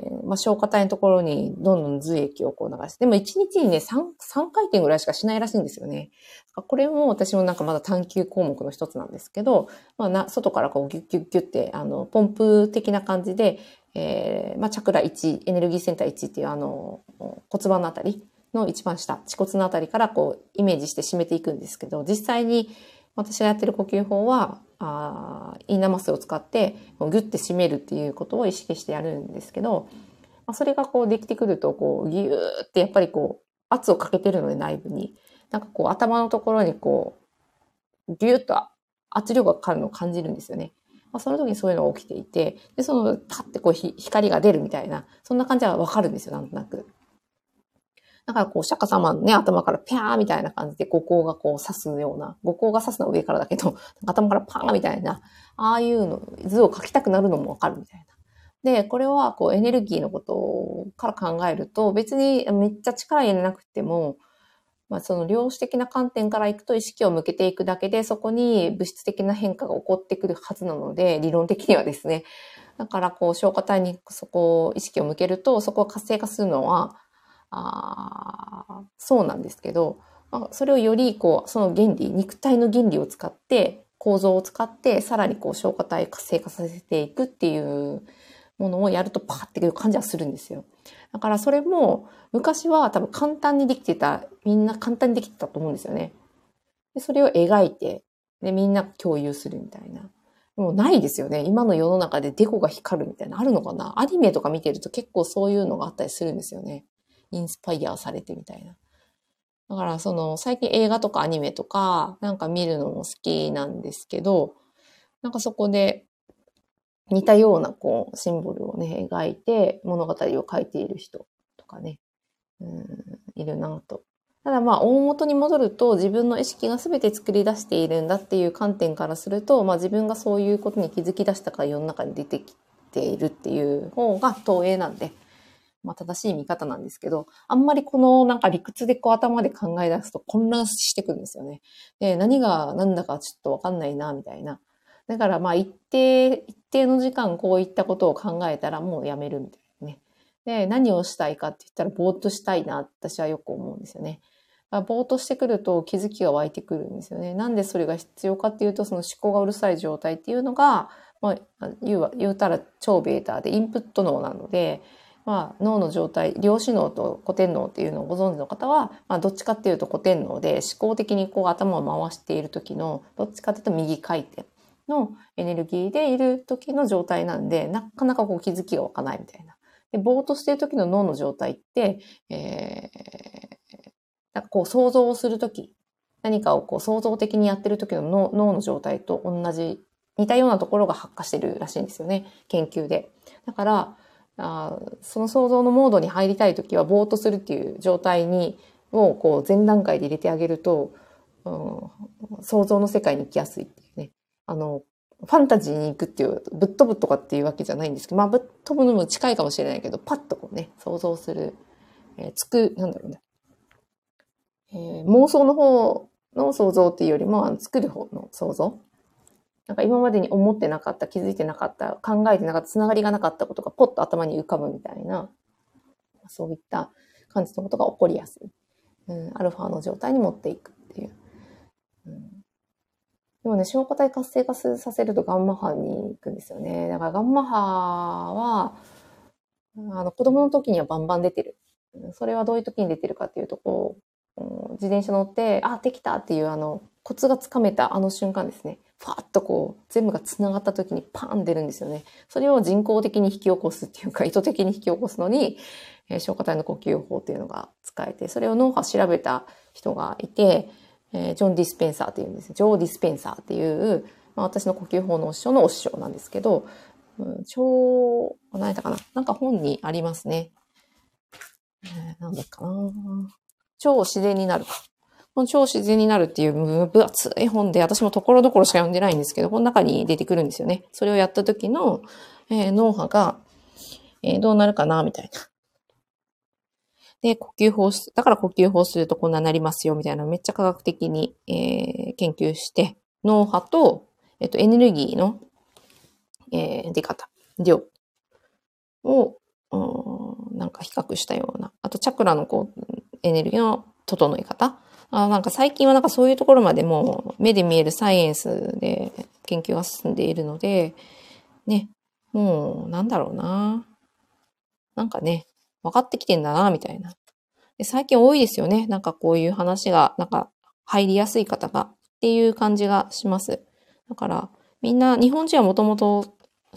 消化体のところにどんどん髄液をこう流して、でも1日にね、3回転ぐらいしかしないらしいんですよね。これも私もなんかまだ探求項目の一つなんですけど、外からこうギュッギュッギュッって、ポンプ的な感じで、チャクラ1、エネルギーセンター1っていう骨盤のあたりの一番下、恥骨のあたりからこうイメージして締めていくんですけど、実際に私がやってる呼吸法は、インナーマッスルを使ってギュッて締めるっていうことを意識してやるんですけど、それがこうできてくると、こうギューってやっぱりこう圧をかけてるので内部に、なんかこう頭のところにこうギュッと圧力がかかるのを感じるんですよね。その時にそういうのが起きていて、で、そのパッてこう光が出るみたいな、そんな感じはわかるんですよ、なんとなく。だからこう、釈迦様のね、頭からピャーみたいな感じで五光がこう刺すような、五光が刺すのは上からだけど、頭からパーみたいな、ああいうの、図を描きたくなるのもわかるみたいな。で、これはこうエネルギーのことから考えると、別にめっちゃ力入れなくても、その量子的な観点からいくと意識を向けていくだけで、そこに物質的な変化が起こってくるはずなので、理論的にはですね。だからこう消化体にそこを意識を向けると、そこを活性化するのは、そうなんですけど、それをよりこう、その原理、肉体の原理を使って、構造を使って、さらにこう消化体を活性化させていくっていうものをやるとパーっていう感じはするんですよ。だからそれも昔は多分簡単にできてた、みんな簡単にできてたと思うんですよね。でそれを描いて、でみんな共有するみたいな。もうないですよね。今の世の中でデコが光るみたいなあるのかな。アニメとか見てると結構そういうのがあったりするんですよね。インスパイアされてみたいな。だからその最近映画とかアニメとかなんか見るのも好きなんですけど、なんかそこで似たようなこうシンボルをね描いて物語を書いている人とかね、いるなと。ただ大元に戻ると自分の意識が全て作り出しているんだっていう観点からすると、自分がそういうことに気づき出したから世の中に出てきているっていう方が投影なんで、正しい見方なんですけど、あんまりこのなんか理屈でこう頭で考え出すと混乱してくるんですよね。で、何が何だかちょっとわかんないな、みたいな。だから一定の時間こういったことを考えたらもうやめるみたいなね。で、何をしたいかって言ったらぼーっとしたいな、私はよく思うんですよね。ぼーっとしてくると気づきが湧いてくるんですよね。なんでそれが必要かっていうと、その思考がうるさい状態っていうのが、言うたら超ベータでインプット脳なので、脳の状態、量子脳と古典脳っていうのをご存知の方は、どっちかっていうと古典脳で思考的にこう頭を回している時の、どっちかっていうと右回転のエネルギーでいる時の状態なんで、なかなかこう気づきが湧かないみたいな。で、ぼーっとしている時の脳の状態って、なんかこう想像をする時、何かをこう創造的にやってる時の脳の状態と同じ、似たようなところが発火してるらしいんですよね、研究で。だから、その想像のモードに入りたいときは、ぼーっとするっていう状態をこう前段階で入れてあげると、想像の世界に行きやすいっていうね。ファンタジーに行くっていう、ぶっ飛ぶとかっていうわけじゃないんですけど、ぶっ飛ぶのも近いかもしれないけど、パッとこうね、想像する、なんだろうね。妄想の方の想像っていうよりも、作る方の想像。なんか今までに思ってなかった、気づいてなかった、考えてなかった、つながりがなかったことがポッと頭に浮かぶみたいな、そういった感じのことが起こりやすい。アルファの状態に持っていくっていう。でもね、消化体活性化させるとガンマ波に行くんですよね。だからガンマ波は、子供の時にはバンバン出てる。それはどういう時に出てるかっていうと、こう、自転車乗って、できたっていうコツがつかめた瞬間ですね。ファーッとこう、全部が繋がった時にパーン出るんですよね。それを人工的に引き起こすっていうか、意図的に引き起こすのに、消化体の呼吸法っていうのが使えて、それを脳波調べた人がいて、ジョン・ディスペンサーっていうんです。ジョー・ディスペンサーっていう私の呼吸法のお師匠のお師匠なんですけど、何やったかな、なんか本にありますね。なんだっかな。超自然になるか。この超自然になるっていう分厚い本で、私もところどころしか読んでないんですけど、この中に出てくるんですよね。それをやった時の、脳波が、どうなるかな、みたいな。で、だから呼吸法するとこんなになりますよ、みたいなのをめっちゃ科学的に、研究して、脳波と、エネルギーの、出方、量を、なんか比較したような。あと、チャクラのエネルギーの整え方。なんか最近はなんかそういうところまでも目で見えるサイエンスで研究が進んでいるので、ね、もうなんだろうな。なんかね、分かってきてんだな、みたいな。で、最近多いですよね。なんかこういう話が、なんか入りやすい方がっていう感じがします。だから、みんな、日本人はもともと、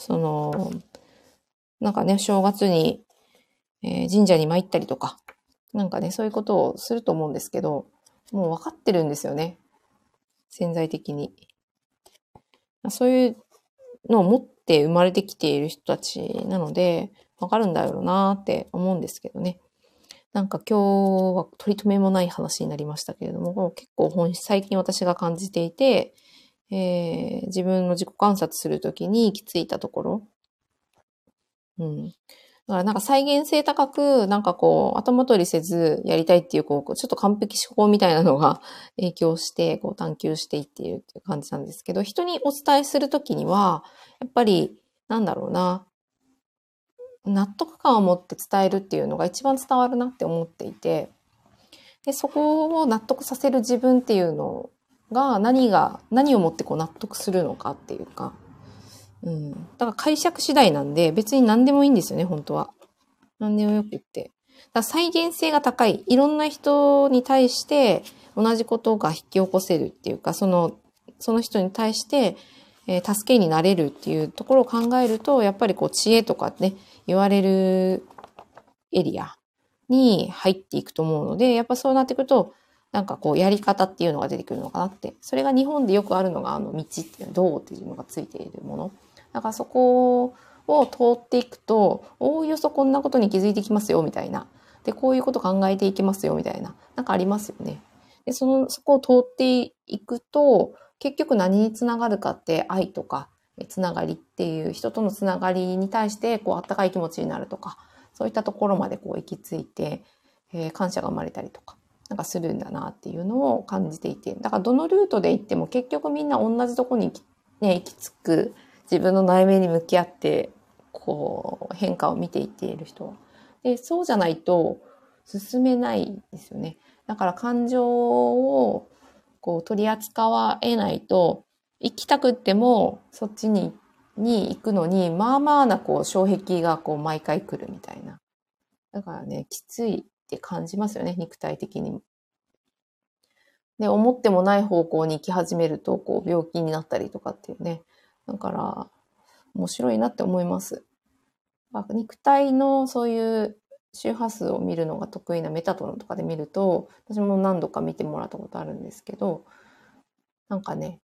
なんかね、正月に、神社に参ったりとか、なんかね、そういうことをすると思うんですけど、もう分かってるんですよね。潜在的に。そういうのを持って生まれてきている人たちなので、分かるんだろうなって思うんですけどね。なんか今日は取り留めもない話になりましたけれども、結構最近私が感じていて、自分の自己観察するときに行き着いたところ、うん。だからなんか再現性高く、なんか頭取りせずやりたいっていう、ちょっと完璧思考みたいなのが影響して、探求していっているっていう感じなんですけど、人にお伝えするときには、やっぱり、なんだろうな、納得感を持って伝えるっていうのが一番伝わるなって思っていて、で、そこを納得させる自分っていうのが、何をもって納得するのかっていうか、うん。だから解釈次第なんで、別に何でもいいんですよね、本当は。何でもよくって。だから再現性が高い。いろんな人に対して同じことが引き起こせるっていうか、その人に対して、助けになれるっていうところを考えると、やっぱり知恵とかね、言われるエリアに入っていくと思うので、やっぱそうなってくると、なんかやり方っていうのが出てくるのかなって。それが日本でよくあるのが、道っていう、道っていうのがついているもの。だからそこを通っていくと、おおよそこんなことに気づいてきますよ、みたいな。で、こういうこと考えていきますよ、みたいな。なんかありますよね。で、そこを通っていくと、結局何につながるかって愛とか、つながりっていう人とのつながりに対して、あったかい気持ちになるとか、そういったところまで行き着いて、感謝が生まれたりとか、なんかするんだなっていうのを感じていて、だからどのルートで行っても結局みんな同じとこに行き着く、自分の内面に向き合って、変化を見ていっている人は。で、そうじゃないと進めないですよね。だから感情を取り扱えないと、行きたくってもそっちに行くのに、まあまあな障壁が毎回来るみたいな。だからね、きついって感じますよね、肉体的にも。で、思ってもない方向に行き始めると、病気になったりとかっていうね。だから、面白いなって思います。肉体のそういう周波数を見るのが得意なメタトロンとかで見ると、私も何度か見てもらったことあるんですけど、なんかね、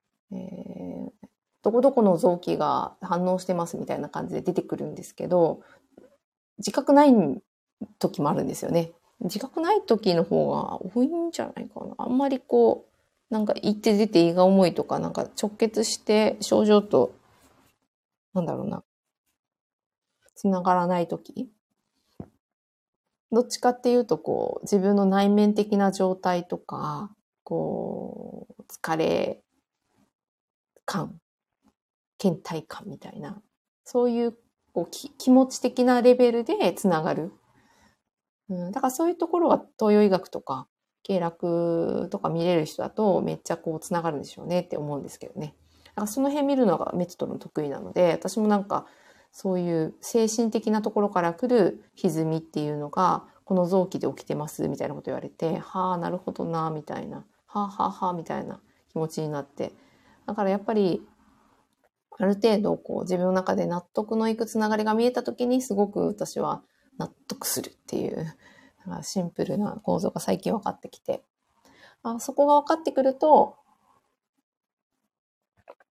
どこどこの臓器が反応してますみたいな感じで出てくるんですけど、自覚ない時もあるんですよね。自覚ない時の方が多いんじゃないかな。あんまりなんか言って出て胃が重いとか、なんか直結して症状と、なんだろうな、つながらない時。どっちかっていうと、自分の内面的な状態とか、疲れ感、倦怠感みたいな、そういう気持ち的なレベルでつながる。だからそういうところは東洋医学とか、経絡とか見れる人だとめっちゃつながるんでしょうねって思うんですけどね。だからその辺見るのがメトトロの得意なので、私もなんかそういう精神的なところから来る歪みっていうのが、この臓器で起きてますみたいなこと言われて、はあ、なるほどな、みたいな、はあはあはあ、みたいな気持ちになって。だからやっぱり、ある程度自分の中で納得のいくつながりが見えた時にすごく私は納得するっていうシンプルな構造が最近分かってきて、そこが分かってくると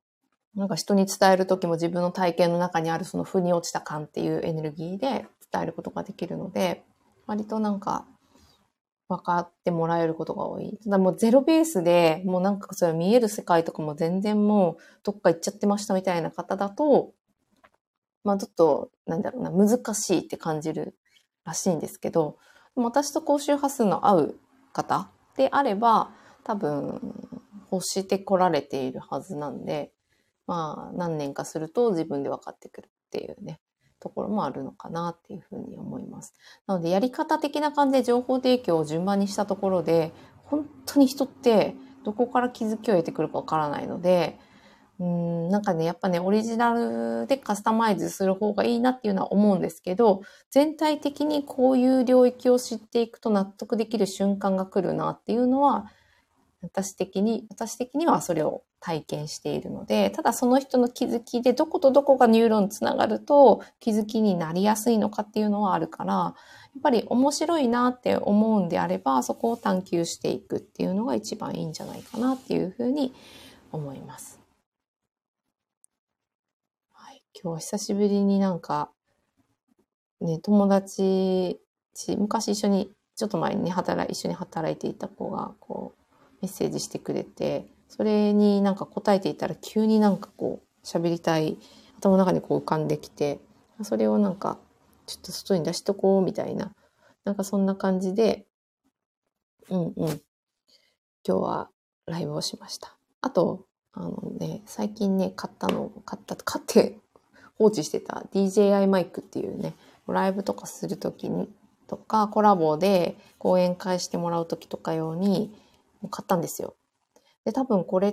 なんか人に伝えるときも自分の体験の中にあるその腑に落ちた感っていうエネルギーで伝えることができるので、割となんか分かってもらえることが多い。ただもうゼロベースで、もうなんかそれ見える世界とかも全然もうどっか行っちゃってましたみたいな方だと、まあちょっと、なんだろうな、難しいって感じるらしいんですけど、でも私と高周波数の合う方であれば、多分欲してこられているはずなんで、まあ何年かすると自分で分かってくるっていうね、ところもあるのかなっていうふうに思います。なのでやり方的な感じで情報提供を順番にしたところで、本当に人ってどこから気づきを得てくるかわからないので、なんかね、やっぱね、オリジナルでカスタマイズする方がいいなっていうのは思うんですけど、全体的にこういう領域を知っていくと納得できる瞬間が来るなっていうのは、私的にはそれを体験しているので、ただその人の気づきでどことどこがニューロンつながると気づきになりやすいのかっていうのはあるから、やっぱり面白いなって思うんであれば、そこを探求していくっていうのが一番いいんじゃないかなっていうふうに思います。はい、今日は久しぶりになんか、ね、友達、昔一緒に、ちょっと前に一緒に働いていた子が、こう、メッセージしてくれて、それになんか答えていたら急になんかこう、喋りたい、頭の中にこう浮かんできて、それをなんか、ちょっと外に出しとこうみたいな、なんかそんな感じで、うんうん、今日はライブをしました。あと、最近ね、買って放置してた DJI マイクっていうね、ライブとかするときに、とか、コラボで講演会してもらうときとか用に買ったんですよ。で、多分これって、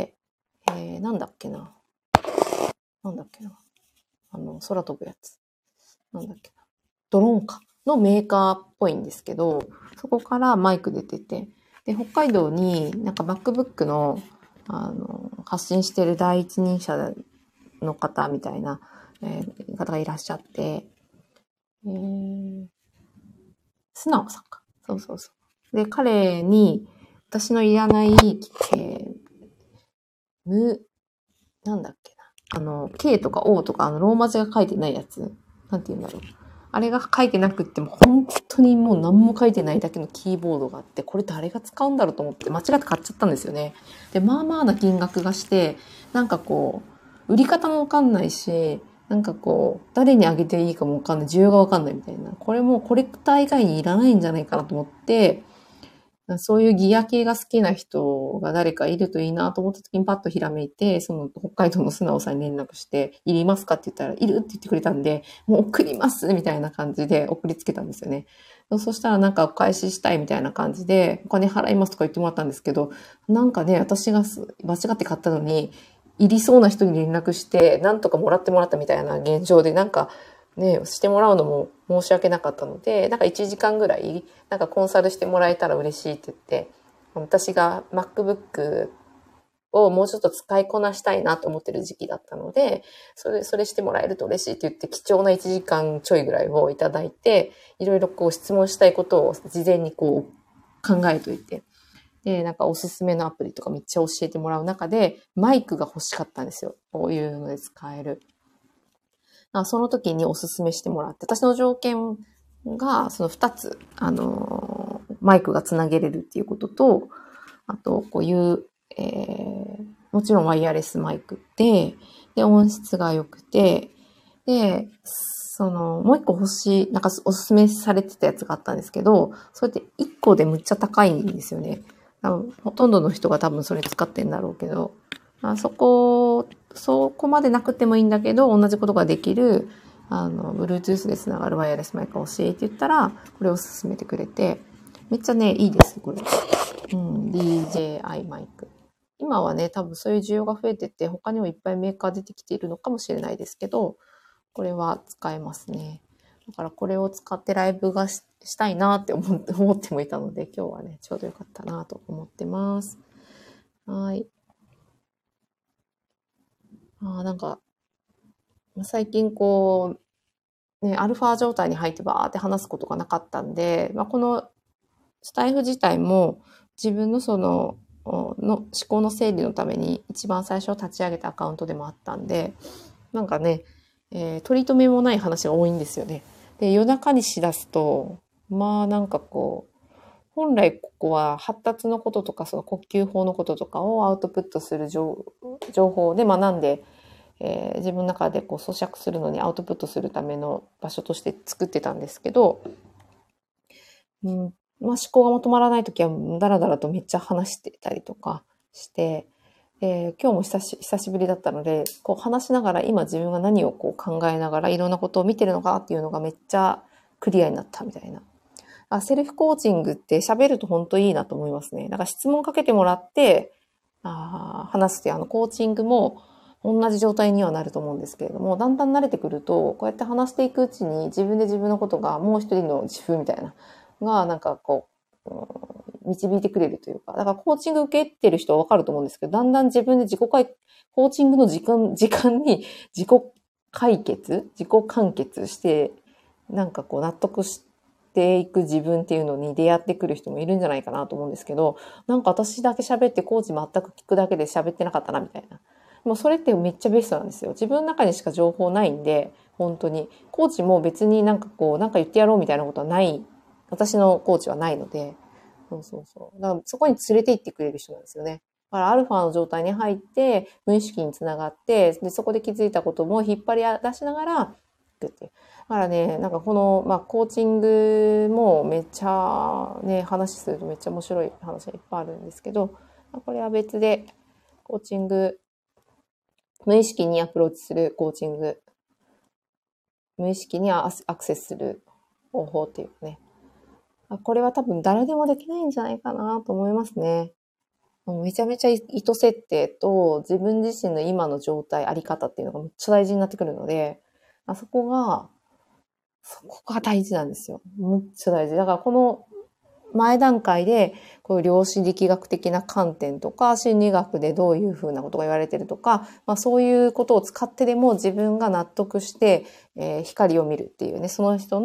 なんだっけな。なんだっけな。空飛ぶやつ。なんだっけな。ドローンか。のメーカーっぽいんですけど、そこからマイク出てて、で、北海道になんか MacBook の、発信してる第一人者の方みたいな、方がいらっしゃって、素直さんか。そうそうそう。で、彼に、私のいらない、なんだっけな。K とか O とか、ローマ字が書いてないやつ。なんて言うんだろう。あれが書いてなくっても、本当にもう何も書いてないだけのキーボードがあって、これ誰が使うんだろうと思って間違って買っちゃったんですよね。で、まあまあな金額がして、なんかこう、売り方もわかんないし、なんかこう、誰にあげていいかもわかんない、需要がわかんないみたいな。これもコレクター以外にいらないんじゃないかなと思って、そういうギア系が好きな人が誰かいるといいなと思った時にパッとひらめいて、その北海道の素直さんに連絡して、いりますかって言ったら、いるって言ってくれたんで、もう送りますみたいな感じで送りつけたんですよね。そしたらなんかお返ししたいみたいな感じで、お金払いますとか言ってもらったんですけど、なんかね、私が間違って買ったのに、いりそうな人に連絡して、なんとかもらってもらったみたいな現状で、なんかね、してもらうのも申し訳なかったので、なんか1時間ぐらい、なんかコンサルしてもらえたら嬉しいって言って、私が MacBook をもうちょっと使いこなしたいなと思ってる時期だったので、それしてもらえると嬉しいって言って、貴重な1時間ちょいぐらいをいただいて、いろいろこう質問したいことを事前にこう考えといて、で、なんかおすすめのアプリとかめっちゃ教えてもらう中で、マイクが欲しかったんですよ。こういうので使える。その時におすすめしてもらって、私の条件がその2つ、マイクがつなげれるっていうことと、あと、こういう、もちろんワイヤレスマイクで、音質が良くて、で、もう一個なんかおすすめされてたやつがあったんですけど、それって1個でむっちゃ高いんですよね。ほとんどの人が多分それ使ってんだろうけど、そこまでなくてもいいんだけど、同じことができる、Bluetooth でつながるワイヤレスマイク教えて言ったら、これを勧めてくれて、めっちゃね、いいです、これ。DJI マイク。今はね、多分そういう需要が増えてて、他にもいっぱいメーカー出てきているのかもしれないですけど、これは使えますね。だからこれを使ってライブがしたいなって思ってもいたので、今日はね、ちょうどよかったなと思ってます。はい。なんか、最近こう、ね、アルファ状態に入ってバーって話すことがなかったんで、このスタイフ自体も自分の思考の整理のために一番最初立ち上げたアカウントでもあったんで、なんかね、取り留めもない話が多いんですよね。で、夜中にしだすと、まあなんかこう、本来ここは発達のこととか、その呼吸法のこととかをアウトプットする情報で学んで、自分の中でこう咀嚼するのにアウトプットするための場所として作ってたんですけど、まあ、思考がまとまらないときはダラダラとめっちゃ話してたりとかして、今日も久しぶりだったので、こう話しながら今自分が何をこう考えながらいろんなことを見てるのかっていうのがめっちゃクリアになったみたいな。セルフコーチングって喋ると本当いいなと思いますね。だから質問かけてもらって、話すってコーチングも同じ状態にはなると思うんですけれども、だんだん慣れてくると、こうやって話していくうちに自分で自分のことがもう一人の自分みたいな、がなんかこう、導いてくれるというか、だからコーチング受けてる人はわかると思うんですけど、だんだん自分でコーチングの時間に自己解決、自己完結して、なんかこう納得していく自分っていうのに出会ってくる人もいるんじゃないかなと思うんですけど、なんか私だけ喋ってコーチ全く聞くだけで喋ってなかったなみたいな。もうそれってめっちゃベストなんですよ。自分の中にしか情報ないんで、本当に。コーチも別になんかこう、なんか言ってやろうみたいなことはない。私のコーチはないので、そうそうそう。だからそこに連れて行ってくれる人なんですよね。だからアルファの状態に入って、無意識につながって、で、そこで気づいたことも引っ張り出しながら、行くっていう。だからね、なんかこの、まあ、コーチングもめっちゃね、話するとめっちゃ面白い話がいっぱいあるんですけど、これは別で、コーチング、無意識にアプローチするコーチング、無意識にアクセスする方法っていうね。これは多分誰でもできないんじゃないかなと思いますね。めちゃめちゃ意図設定と自分自身の今の状態、あり方っていうのがめっちゃ大事になってくるので、そこが大事なんですよ。めっちゃ大事。だからこの前段階で、こういう量子力学的な観点とか、心理学でどういうふうなことが言われてるとか、まあそういうことを使ってでも自分が納得して、光を見るっていうね、その人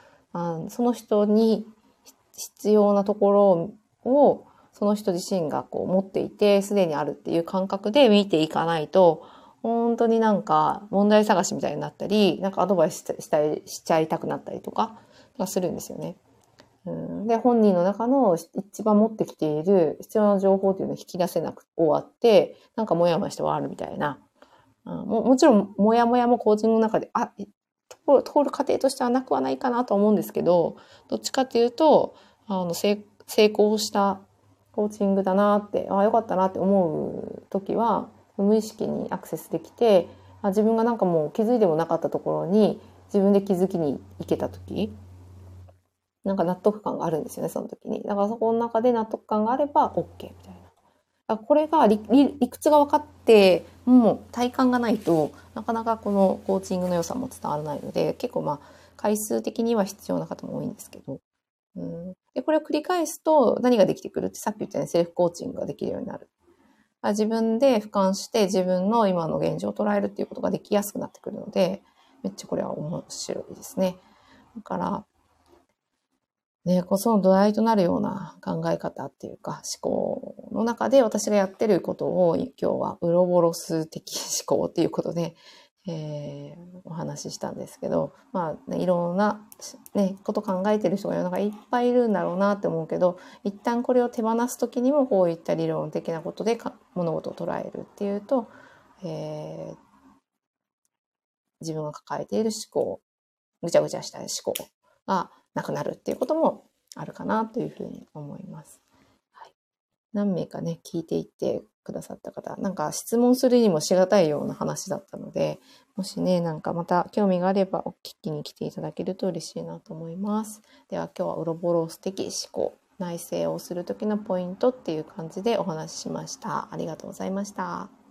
に必要なところを、その人自身がこう持っていて、すでにあるっていう感覚で見ていかないと、本当になんか問題探しみたいになったり、なんかアドバイスしちゃいたくなったりとかするんですよね。で、本人の中の一番持ってきている必要な情報っていうのを引き出せなく終わって、なんかもやもやして終わるみたいな。もちろん、もやもやもコーチングの中で、通る過程としてはなくはないかなと思うんですけど、どっちかっていうと、成功したコーチングだなって、よかったなって思うときは、無意識にアクセスできて、自分がなんかもう気づいてもなかったところに自分で気づきに行けたとき、なんか納得感があるんですよね、その時に。だからそこの中で納得感があれば OK みたいな。これが理屈が分かって、もう体感がないとなかなかこのコーチングの良さも伝わらないので、結構まあ回数的には必要な方も多いんですけど。で、これを繰り返すと何ができてくるって、さっき言ったようにセルフコーチングができるようになる。自分で俯瞰して自分の今の現状を捉えるっていうことができやすくなってくるので、めっちゃこれは面白いですね。だからね、その土台となるような考え方っていうか思考の中で私がやってることを今日はウロボロス的思考っていうことで、お話ししたんですけど、まあ、ね、いろんな、ね、こと考えてる人が世の中いっぱいいるんだろうなって思うけど、一旦これを手放す時にもこういった理論的なことで物事を捉えるっていうと、自分が抱えている思考、ぐちゃぐちゃした思考がなくなるっていうこともあるかなというふうに思います。はい、何名かね、聞いていってくださった方、なんか質問するにもしがたいような話だったので、もしね、なんかまた興味があればお聞きに来ていただけると嬉しいなと思います。では今日はウロボロス的思考、内省をする時のポイントっていう感じでお話ししました。ありがとうございました。